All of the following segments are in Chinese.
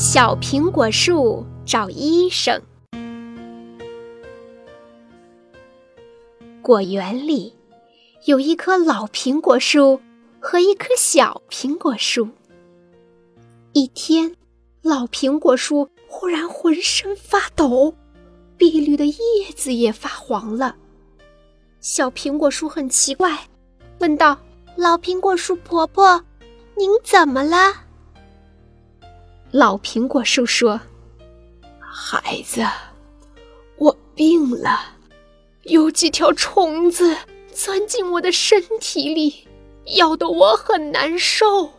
小苹果树找医生。果园里有一棵老苹果树和一棵小苹果树。一天，老苹果树忽然浑身发抖，碧绿的叶子也发黄了。小苹果树很奇怪，问道：老苹果树婆婆，您怎么了？老苹果树说：孩子，我病了，有几条虫子钻进我的身体里，咬得我很难受。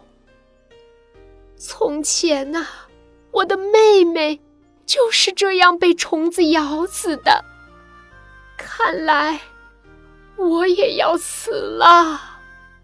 从前啊，我的妹妹就是这样被虫子咬死的，看来我也要死了。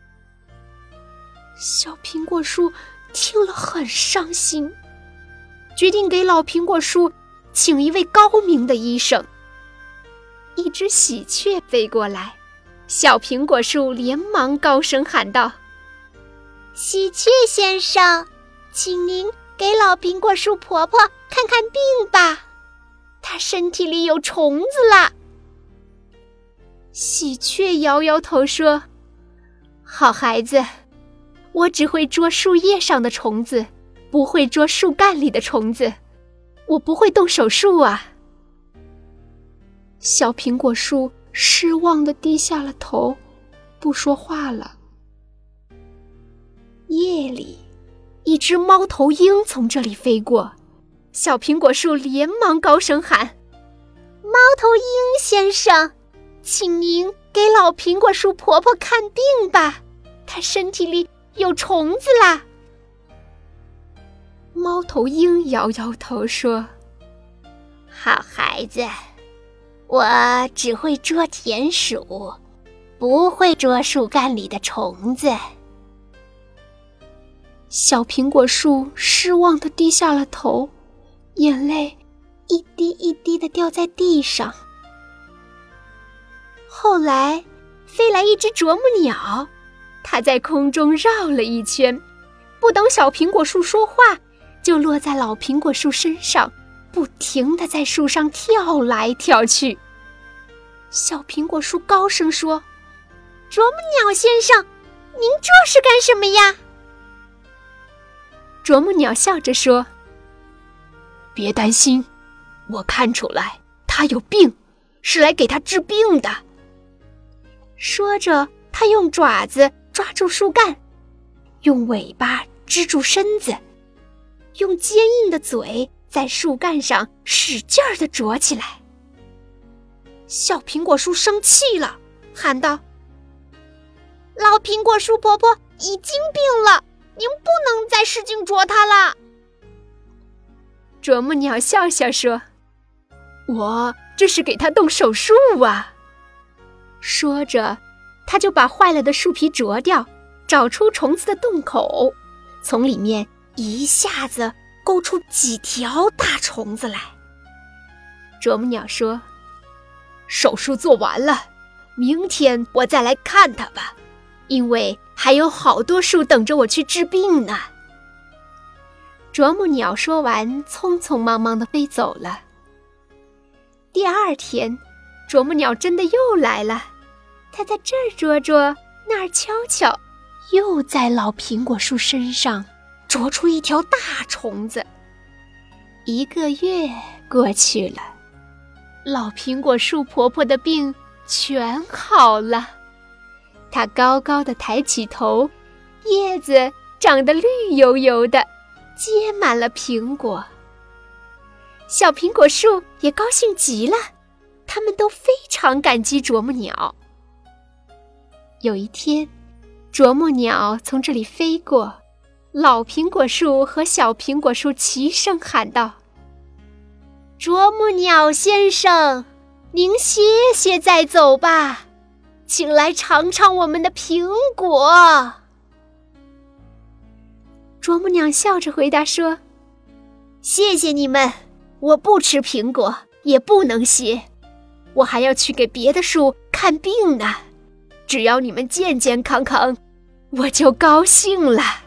小苹果树听了很伤心，决定给老苹果树请一位高明的医生。一只喜鹊飞过来，小苹果树连忙高声喊道：喜鹊先生，请您给老苹果树婆婆看看病吧，她身体里有虫子了。喜鹊摇摇头说：好孩子，我只会捉树叶上的虫子，不会捉树干里的虫子，我不会动手术啊。小苹果树失望地低下了头，不说话了。夜里，一只猫头鹰从这里飞过，小苹果树连忙高声喊：猫头鹰先生，请您给老苹果树婆婆看病吧，她身体里有虫子啦。猫头鹰摇摇头说：好孩子，我只会捉田鼠，不会捉树干里的虫子。小苹果树失望地低下了头，眼泪一滴一滴地掉在地上。后来飞来一只啄木鸟，它在空中绕了一圈，不等小苹果树说话，就落在老苹果树身上，不停地在树上跳来跳去。小苹果树高声说：啄木鸟先生，您这是干什么呀？啄木鸟笑着说：别担心，我看出来它有病，是来给它治病的。说着，它用爪子抓住树干，用尾巴支住身子，用坚硬的嘴在树干上使劲儿地啄起来。小苹果树生气了，喊道：老苹果树婆婆已经病了，您不能再使劲啄它了。啄木鸟笑笑说：我这是给它动手术啊。说着，他就把坏了的树皮啄掉，找出虫子的洞口，从里面一下子勾出几条大虫子来。啄木鸟说：手术做完了，明天我再来看它吧，因为还有好多树等着我去治病呢。啄木鸟说完，匆匆忙忙地飞走了。第二天，啄木鸟真的又来了，它在这儿啄啄，那儿敲敲，又在老苹果树身上啄出一条大虫子。1个月过去了，老苹果树婆婆的病全好了。她高高地抬起头，叶子长得绿油油的，结满了苹果。小苹果树也高兴极了，它们都非常感激啄木鸟。有一天，啄木鸟从这里飞过，老苹果树和小苹果树齐声喊道：啄木鸟先生，您歇歇再走吧，请来尝尝我们的苹果。啄木鸟笑着回答说：谢谢你们，我不吃苹果，也不能歇，我还要去给别的树看病呢。只要你们健健康康，我就高兴了。